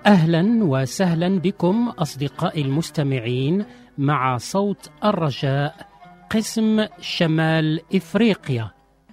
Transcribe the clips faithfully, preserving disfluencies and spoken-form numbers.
أهلا وسهلا بكم أصدقائي المستمعين مع صوت الرجاء قسم شمال إفريقيا.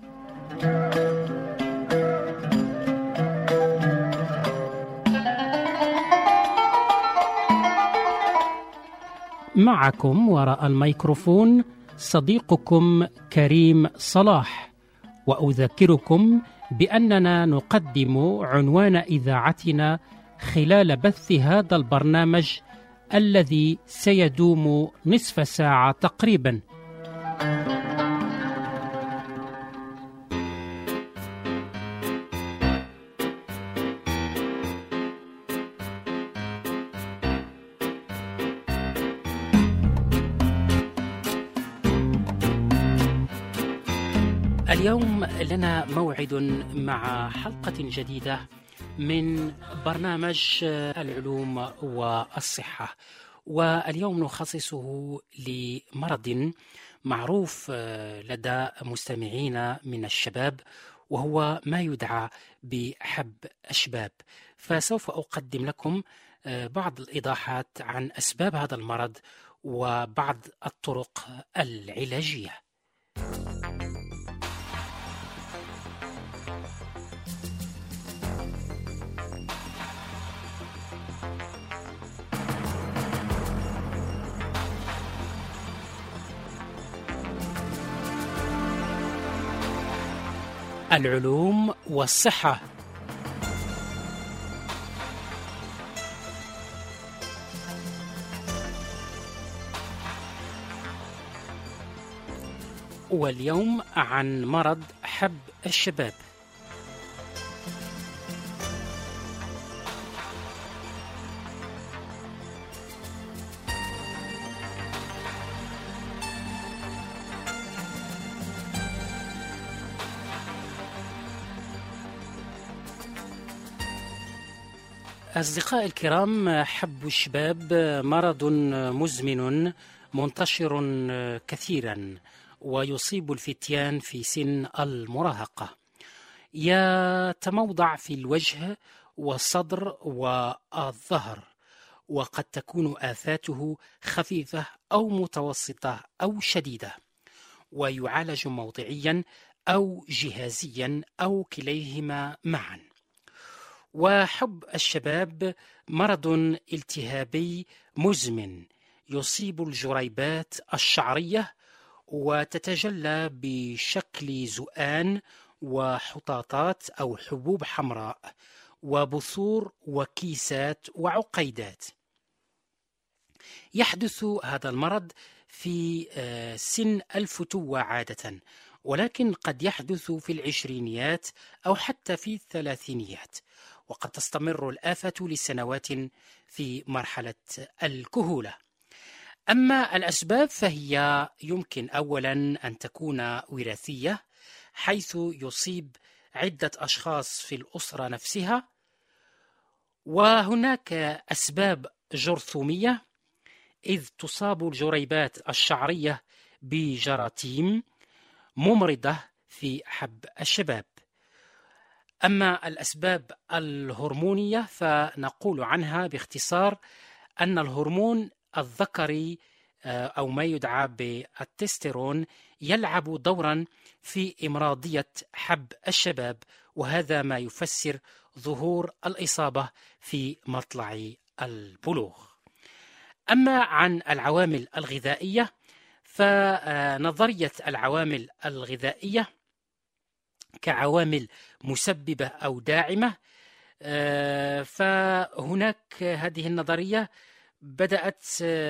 معكم وراء الميكروفون صديقكم كريم صلاح، وأذكركم بأننا نقدم عنوان إذاعتنا خلال بث هذا البرنامج الذي سيدوم نصف ساعة تقريبا. اليوم لنا موعد مع حلقة جديدة من برنامج العلوم والصحة، واليوم نخصصه لمرض معروف لدى مستمعينا من الشباب، وهو ما يدعى بحب الشباب. فسوف أقدم لكم بعض الإيضاحات عن أسباب هذا المرض وبعض الطرق العلاجية. العلوم والصحة. واليوم عن مرض حب الشباب. أصدقائي الكرام، حب الشباب مرض مزمن منتشر كثيرا ويصيب الفتيان في سن المراهقة. يتموضع في الوجه والصدر والظهر، وقد تكون آفاته خفيفة أو متوسطة أو شديدة، ويعالج موضعيا أو جهازيا أو كليهما معا. وحب الشباب مرض التهابي مزمن يصيب الجريبات الشعرية، وتتجلى بشكل زؤان وحطاطات أو حبوب حمراء وبثور وكيسات وعقيدات. يحدث هذا المرض في سن الفتوة عادة، ولكن قد يحدث في العشرينيات أو حتى في الثلاثينيات، وقد تستمر الآفة لسنوات في مرحلة الكهولة. أما الأسباب فهي يمكن أولا أن تكون وراثية، حيث يصيب عدة أشخاص في الأسرة نفسها، وهناك أسباب جرثومية، إذ تصاب الجريبات الشعرية بجراثيم ممرضة في حب الشباب. أما الأسباب الهرمونية فنقول عنها باختصار أن الهرمون الذكري أو ما يدعى بالتستيرون يلعب دورا في إمراضية حب الشباب، وهذا ما يفسر ظهور الإصابة في مطلع البلوغ. أما عن العوامل الغذائية فنظرية العوامل الغذائية كعوامل مسببة أو داعمة، فهناك هذه النظرية بدأت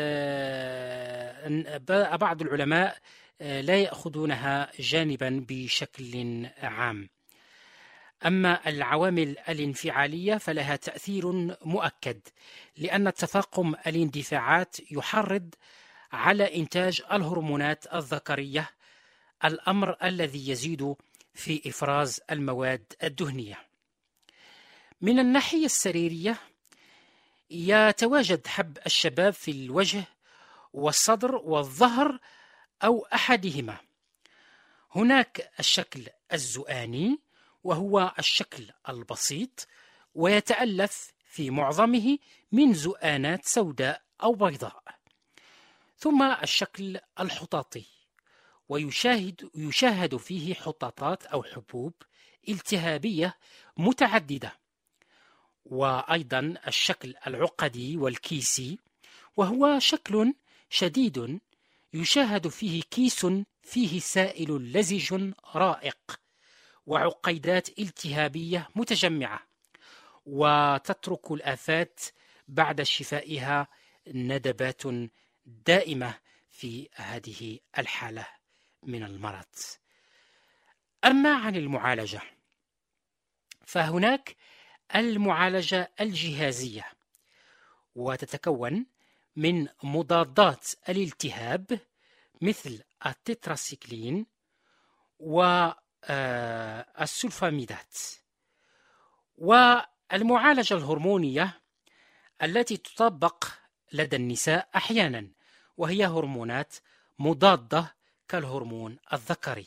بعض العلماء لا يأخذونها جانبا بشكل عام. أما العوامل الانفعالية فلها تأثير مؤكد، لأن تفاقم الاندفاعات يحرض على إنتاج الهرمونات الذكرية، الأمر الذي يزيد في إفراز المواد الدهنية. من الناحية السريرية يتواجد حب الشباب في الوجه والصدر والظهر أو أحدهما. هناك الشكل الزؤاني وهو الشكل البسيط، ويتألف في معظمه من زؤانات سوداء أو بيضاء. ثم الشكل الحطاطي، ويشاهد يشاهد فيه حطاطات أو حبوب التهابية متعددة. وأيضا الشكل العقدي والكيسي، وهو شكل شديد يشاهد فيه كيس فيه سائل لزج رائق وعقيدات التهابية متجمعة، وتترك الآفات بعد شفائها ندبات دائمة في هذه الحالة من المرض. أما عن المعالجة، فهناك المعالجة الجهازية، وتتكون من مضادات الالتهاب مثل التتراسيكلين والسلفاميدات. والمعالجة الهرمونية التي تطبق لدى النساء أحيانا، وهي هرمونات مضادة كالهرمون الذكري.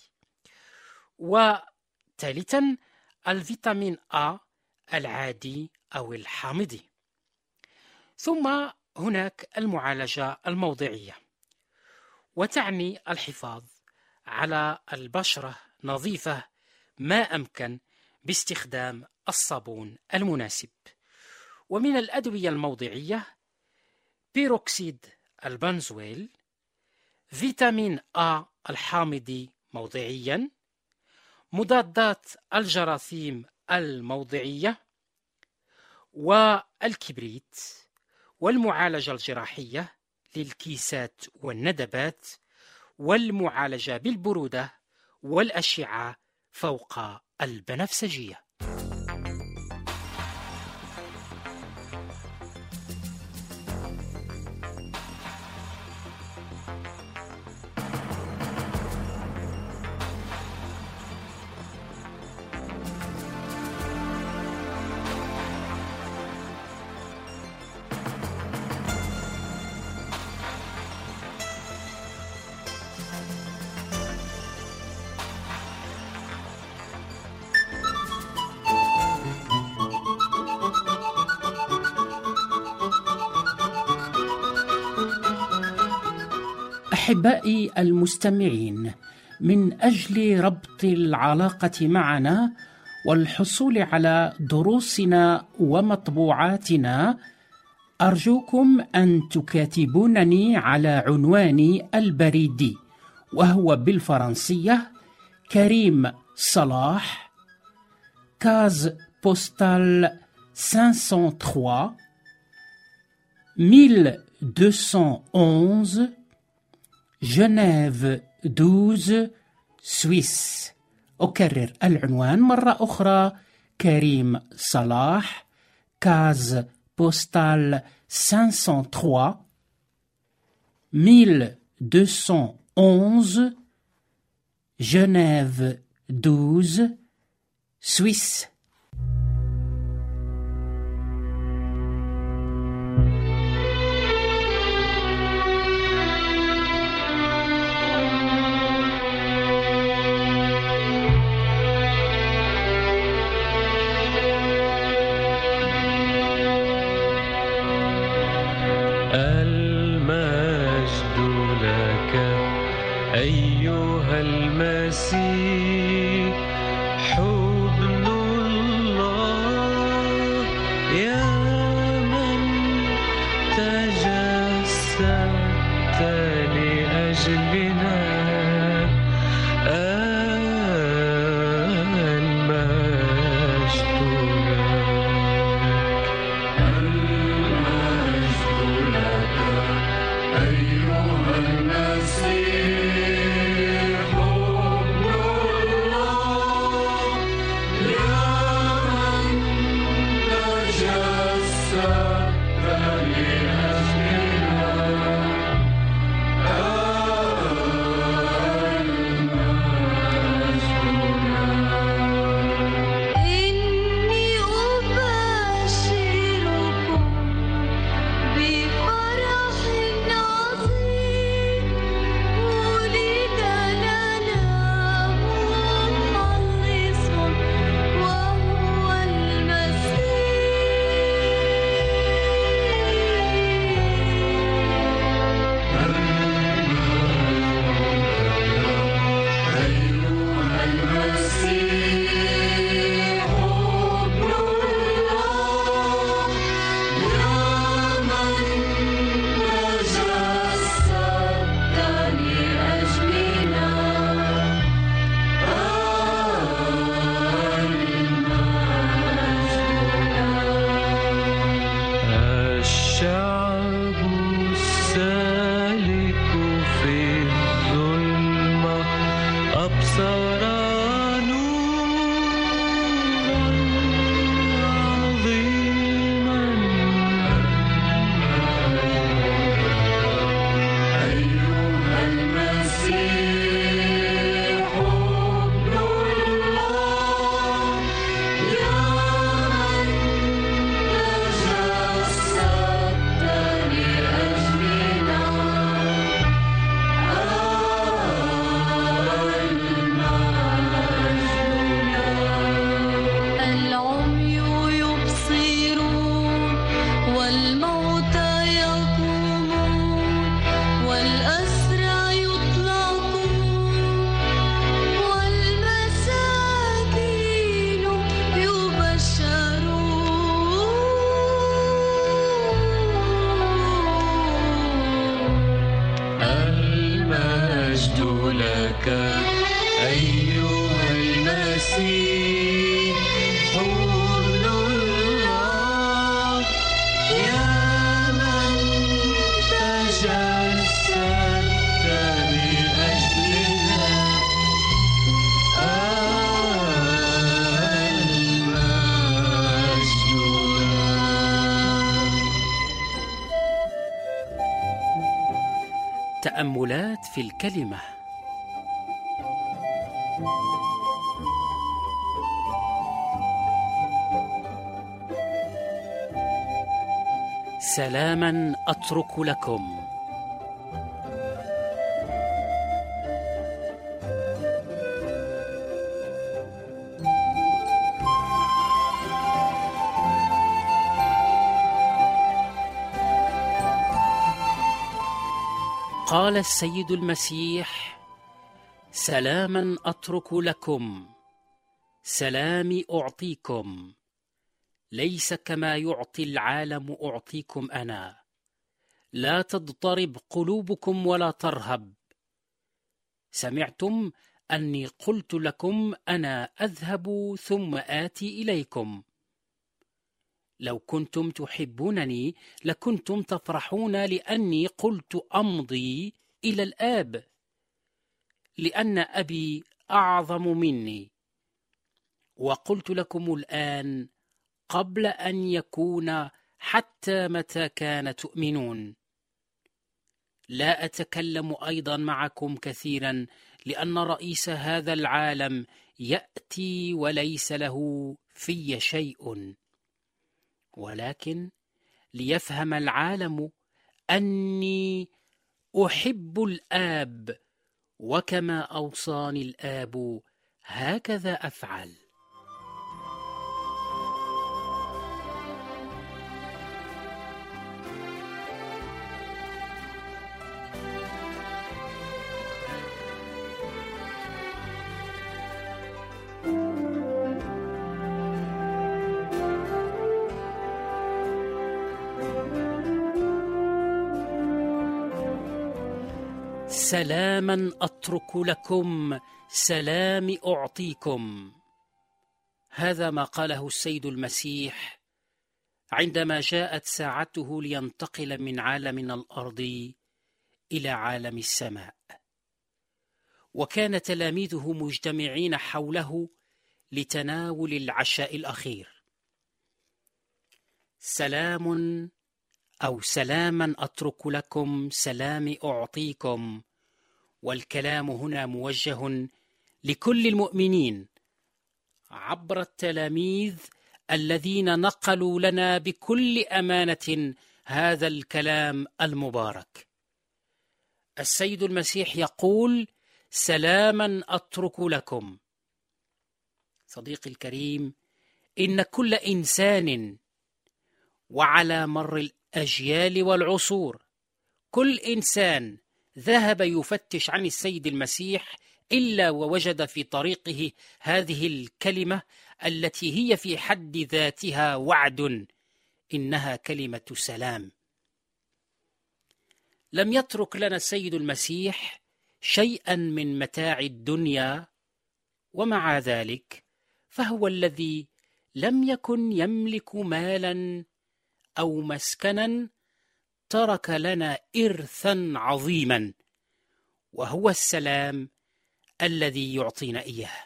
وثالثا الفيتامين آ العادي أو الحامضي. ثم هناك المعالجة الموضعية، وتعني الحفاظ على البشرة نظيفة ما أمكن باستخدام الصابون المناسب. ومن الأدوية الموضعية بيروكسيد البنزويل، فيتامين آ الحامضي موضعيا، مضادات الجراثيم الموضعية، والكبريت، والمعالجة الجراحية للكيسات والندبات، والمعالجة بالبرودة والأشعة فوق البنفسجية. أحبائي المستمعين، من أجل ربط العلاقة معنا والحصول على دروسنا ومطبوعاتنا، أرجوكم أن تكاتبونني على عنواني البريدي، وهو بالفرنسية كريم صلاح، كاز بوستال خمسمائة وثلاثة ألف ومئتين وأحد عشر جنيف اثنا عشر سويس. أكرر العنوان مرة أخرى: كريم صلاح، كاز بوستال خمسمائة وثلاثة ألف ومئتين وأحد عشر جنيف اثنا عشر سويس. أيها المسيح حبن الله، يا من تجسدت لأجلنا، المجد لك، أيها المسيح المجد لك أيها المسيح حول الله يا من تجسدت لأجلنا المجد لك. تأملات في الكلمة. سلاما أترك لكم. قال السيد المسيح: سلاما أترك لكم، سلامي أعطيكم، ليس كما يعطي العالم أعطيكم أنا، لا تضطرب قلوبكم ولا ترهب. سمعتم أني قلت لكم أنا أذهب ثم آتي إليكم. لو كنتم تحبونني لكنتم تفرحون لأني قلت أمضي إلى الآب، لأن أبي أعظم مني. وقلت لكم الآن قبل أن يكون، حتى متى كان تؤمنون. لا أتكلم أيضا معكم كثيرا، لأن رئيس هذا العالم يأتي وليس له في شيء، ولكن ليفهم العالم أني أحب الآب، وكما أوصاني الآب هكذا أفعل. سلاما أترك لكم، سلامي أعطيكم. هذا ما قاله السيد المسيح عندما جاءت ساعته لينتقل من عالمنا الأرضي إلى عالم السماء، وكان تلاميذه مجتمعين حوله لتناول العشاء الأخير. سلام أو سلاما أترك لكم، سلامي أعطيكم، والكلام هنا موجه لكل المؤمنين عبر التلاميذ الذين نقلوا لنا بكل أمانة هذا الكلام المبارك. السيد المسيح يقول: سلاما أترك لكم. صديقي الكريم، إن كل إنسان وعلى مر الأجيال والعصور كل إنسان ذهب يفتش عن السيد المسيح إلا ووجد في طريقه هذه الكلمة التي هي في حد ذاتها وعد، إنها كلمة سلام. لم يترك لنا السيد المسيح شيئا من متاع الدنيا، ومع ذلك فهو الذي لم يكن يملك مالا أو مسكنا، ترك لنا إرثا عظيما، وهو السلام الذي يعطينا إياه.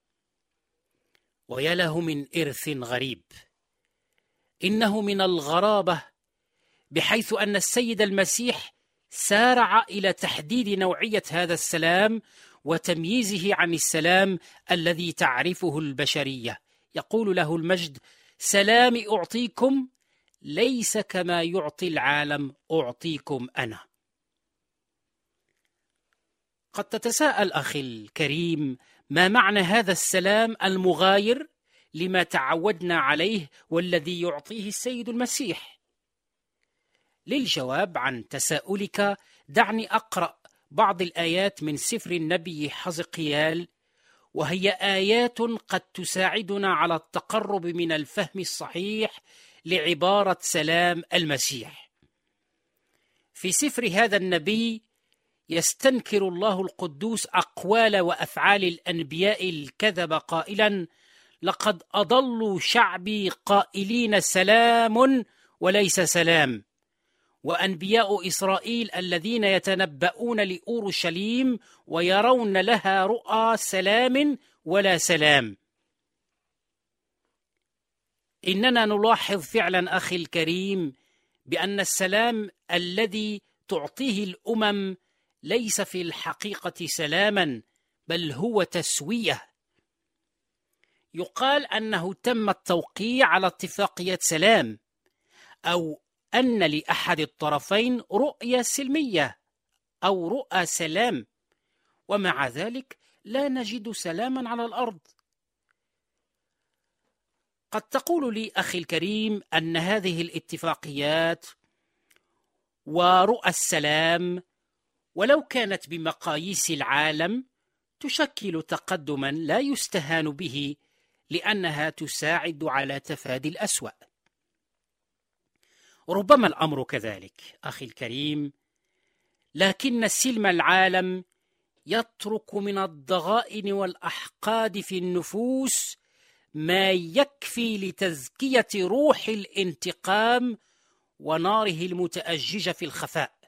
ويا له من إرث غريب، إنه من الغرابة بحيث أن السيد المسيح سارع إلى تحديد نوعية هذا السلام وتمييزه عن السلام الذي تعرفه البشرية. يقول له المجد: سلامي أعطيكم، ليس كما يعطي العالم أعطيكم أنا. قد تتساءل أخي الكريم، ما معنى هذا السلام المغاير لما تعودنا عليه والذي يعطيه السيد المسيح؟ للجواب عن تساؤلك دعني أقرأ بعض الآيات من سفر النبي حزقيال، وهي آيات قد تساعدنا على التقرب من الفهم الصحيح لعبارة سلام المسيح. في سفر هذا النبي يستنكر الله القدوس أقوال وأفعال الأنبياء الكذب قائلا: لقد أضلوا شعبي قائلين سلام وليس سلام. وأنبياء إسرائيل الذين يتنبؤون لأورشليم ويرون لها رؤى سلام ولا سلام. إننا نلاحظ فعلا أخي الكريم بأن السلام الذي تعطيه الأمم ليس في الحقيقة سلاما، بل هو تسوية. يقال أنه تم التوقيع على اتفاقية سلام، أو أن لأحد الطرفين رؤية سلمية أو رؤى سلام، ومع ذلك لا نجد سلاما على الأرض. قد تقول لي أخي الكريم أن هذه الاتفاقيات ورؤى السلام ولو كانت بمقاييس العالم تشكل تقدما لا يستهان به، لأنها تساعد على تفادي الأسوأ. ربما الأمر كذلك أخي الكريم، لكن سلم العالم يترك من الضغائن والأحقاد في النفوس ما يكفي لتزكية روح الانتقام وناره المتأججة في الخفاء.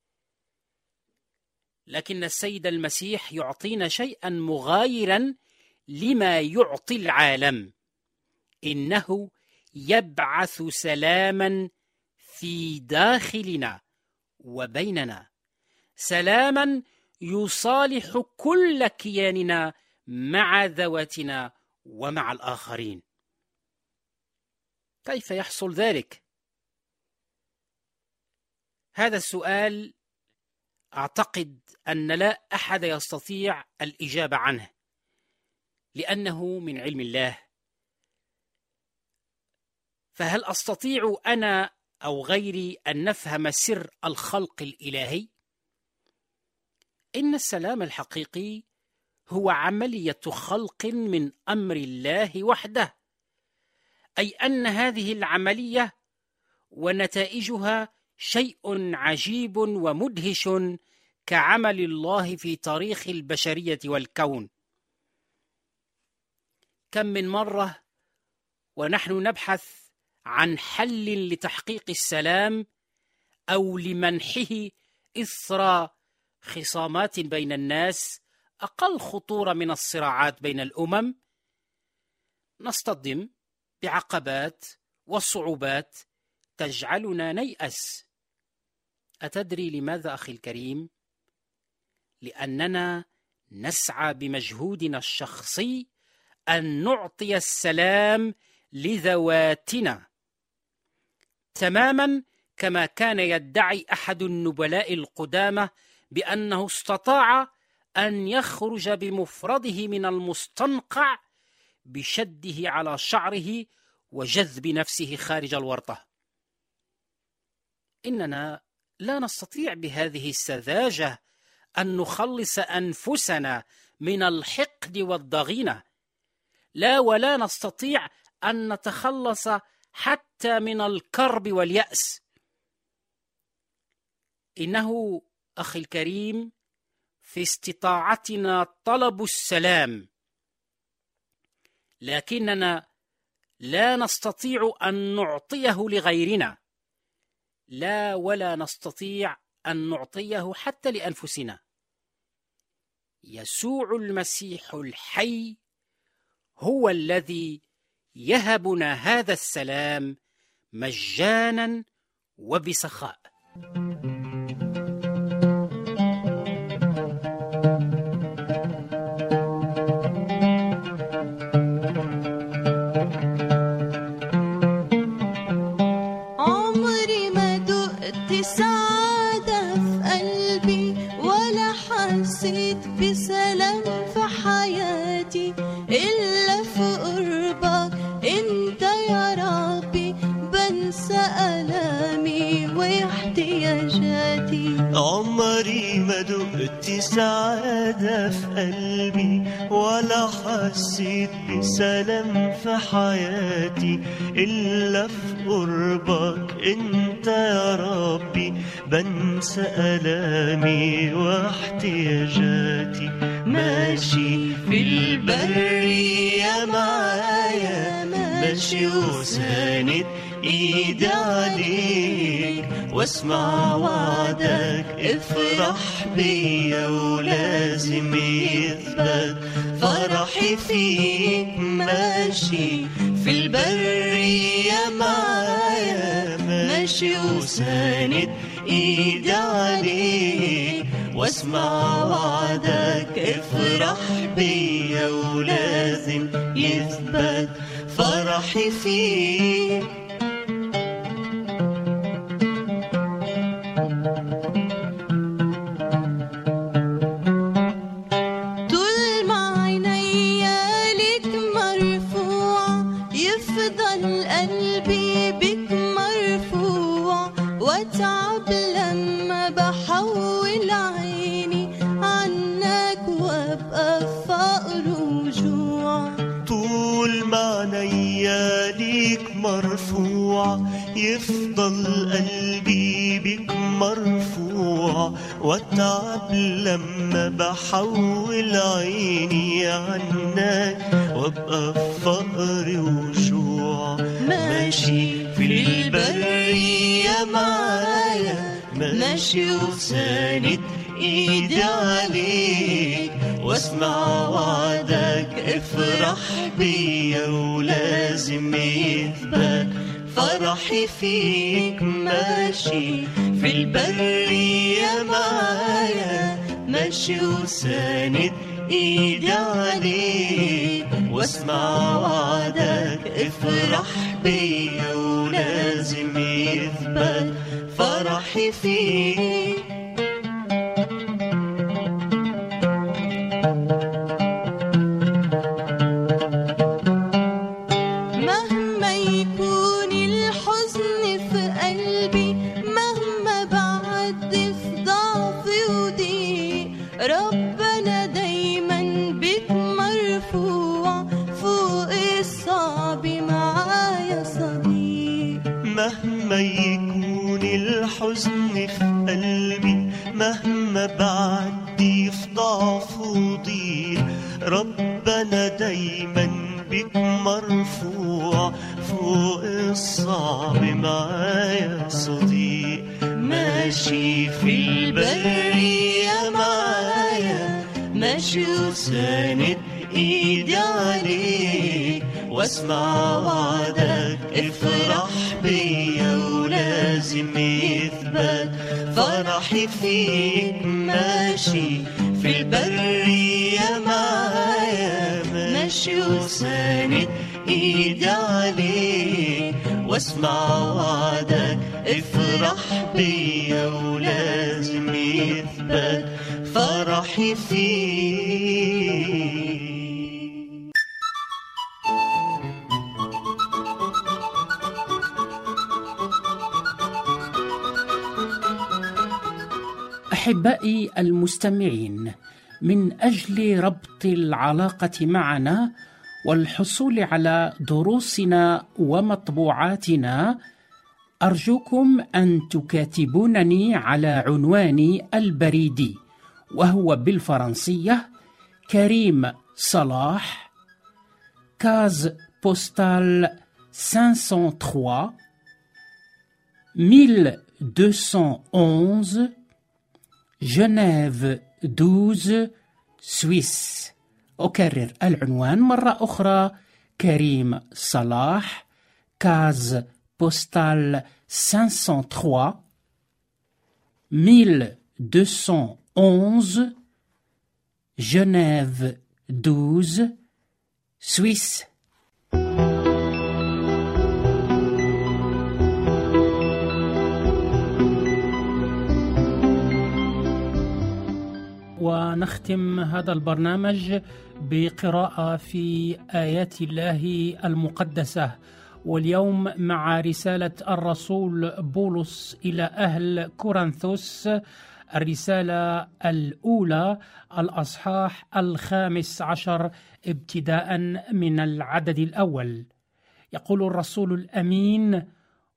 لكن السيد المسيح يعطينا شيئا مغايرا لما يعطي العالم، إنه يبعث سلاما في داخلنا وبيننا، سلاما يصالح كل كياننا مع ذواتنا ومع الآخرين. كيف يحصل ذلك؟ هذا السؤال أعتقد أن لا أحد يستطيع الإجابة عنه، لأنه من علم الله. فهل أستطيع أنا أو غيري أن نفهم سر الخلق الإلهي؟ إن السلام الحقيقي هو عملية خلق من أمر الله وحده، أي أن هذه العملية ونتائجها شيء عجيب ومدهش كعمل الله في تاريخ البشرية والكون. كم من مرة ونحن نبحث عن حل لتحقيق السلام أو لمنحه إثر خصامات بين الناس أقل خطورة من الصراعات بين الأمم، نصطدم بعقبات وصعوبات تجعلنا نيأس. أتدري لماذا أخي الكريم؟ لأننا نسعى بمجهودنا الشخصي أن نعطي السلام لذواتنا، تماما كما كان يدعي أحد النبلاء القدامى بأنه استطاع أن يخرج بمفرده من المستنقع بشده على شعره وجذب نفسه خارج الورطة. إننا لا نستطيع بهذه السذاجة أن نخلص أنفسنا من الحقد والضغينة، لا ولا نستطيع أن نتخلص حتى من الكرب واليأس. إنه أخي الكريم في استطاعتنا طلب السلام، لكننا لا نستطيع أن نعطيه لغيرنا، لا ولا نستطيع أن نعطيه حتى لأنفسنا. يسوع المسيح الحي هو الذي يهبنا هذا السلام مجانا وبسخاء. عمري ما دقت سعادة في قلبي ولا حسيت بسلام في حياتي إلا في قربك أنت يا ربي، بنسى ألامي واحتياجاتي. عمري ما دقت سعادة في قلبي ولا حسيت بسلام في حياتي إلا في قربك أنت انت يا ربي بنسى ألامي واحتياجاتي، ماشي في البرية معايا، ماشي وساند ايدي عليك، واسمع وعدك افرح بيا ولازم يثبت فرحي فيك. ماشي في البرية معايا، ماشي وساند ايدي عليك، واسمع وعدك افرح بيا ولازم يثبت فرحي فيك. واتعب لما بحول عيني عنك وابقى في فقر وجوع. طول ما عينيا ليك مرفوع يفضل قلبي بك مرفوع، واتعب لما بحول عيني عنك وابقى في فقر وجوع. ماشي في البرية معايا، ماشي وساند ايدي عليك، واسمع وعدك افرح بيا ولازم يثبت فرحي فيك. ماشي في البرية معايا، ماشي وساند ايدي عليك، واسمع وعدك افرح بيا ولازم يثبت فرحي فيك. مهما يكون الحزن في قلبي، مهما بعد في ضعفي وضيق، ربنا دايما بك مرفوع، فوق الصعب معايا صديق. مهما يكون الحزن في قلبي، مهما بعدي في ضعف وضيق، ربنا دايما بك مرفوع، فوق الصعب معايا صديق. ماشي في البرية معايا، ماشي وساند ايدي عليك، واسمع وعدك افرح بيا ولازم يثبت فرحي فيك. ماشي في البرية معايا، ماشي وساند ايدي عليك، واسمع وعدك افرح بيا ولازم يثبت فرحي فيك. أحبائي المستمعين، من أجل ربط العلاقة معنا والحصول على دروسنا ومطبوعاتنا، أرجوكم أن تكاتبونني على عنواني البريدي، وهو بالفرنسية كريم صلاح، كاز بوستال خمسمائة وثلاثة ألف ومئتين وأحد عشر جنيف اثنا عشر سويس. أكرر العنوان مرة أخرى: كريم صلاح، كاز بوستال خمسمائة وثلاثة ألف ومئتين وأحد عشر جنيف اثنا عشر سويس. ونختم هذا البرنامج بقراءة في آيات الله المقدسة، واليوم مع رسالة الرسول بولس إلى أهل كورنثوس، الرسالة الأولى الأصحاح الخامس عشر ابتداء من العدد الأول. يقول الرسول الأمين: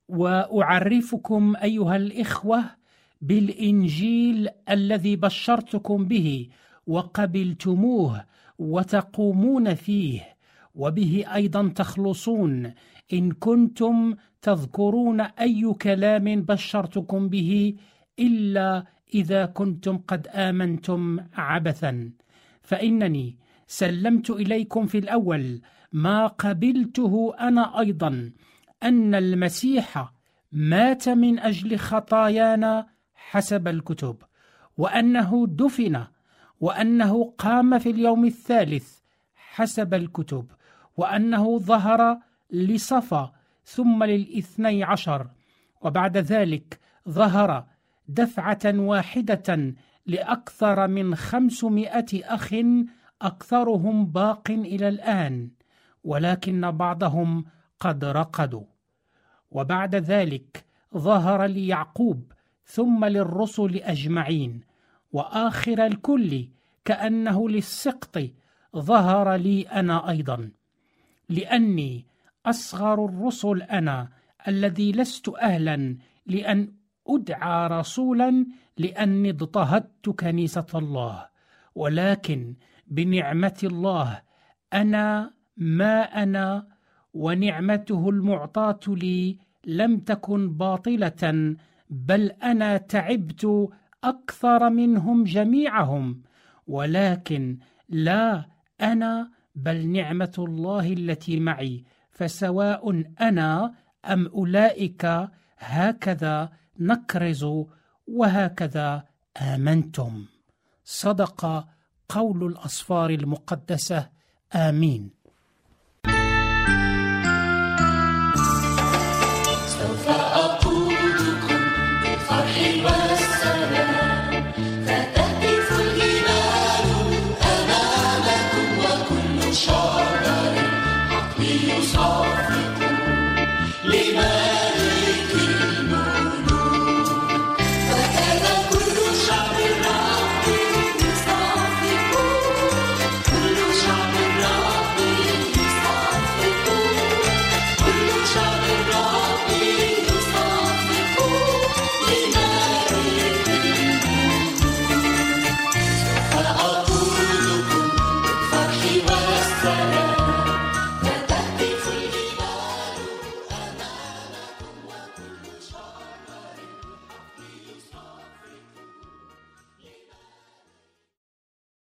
وأعرفكم أيها الإخوة بالإنجيل الذي بشرتكم به وقبلتموه وتقومون فيه، وبه أيضا تخلصون إن كنتم تذكرون أي كلام بشرتكم به، إلا إذا كنتم قد آمنتم عبثا. فإنني سلمت إليكم في الأول ما قبلته أنا أيضا، أن المسيح مات من أجل خطايانا حسب الكتب، وأنه دفن، وأنه قام في اليوم الثالث حسب الكتب، وأنه ظهر لصفا ثم للاثني عشر، وبعد ذلك ظهر دفعة واحدة لأكثر من خمسمائة أخ، أكثرهم باق إلى الآن، ولكن بعضهم قد رقدوا. وبعد ذلك ظهر ليعقوب ثم للرسل أجمعين، وآخر الكل كأنه للسقط ظهر لي أنا أيضا، لأني أصغر الرسل أنا، الذي لست أهلا لأن أدعى رسولا، لأني اضطهدت كنيسة الله، ولكن بنعمة الله أنا ما أنا، ونعمته المعطاة لي لم تكن باطلة، بل أنا تعبت أكثر منهم جميعهم، ولكن لا أنا بل نعمة الله التي معي، فسواء أنا أم أولئك هكذا نكرز وهكذا آمنتم. صدق قول الأسفار المقدسة. آمين.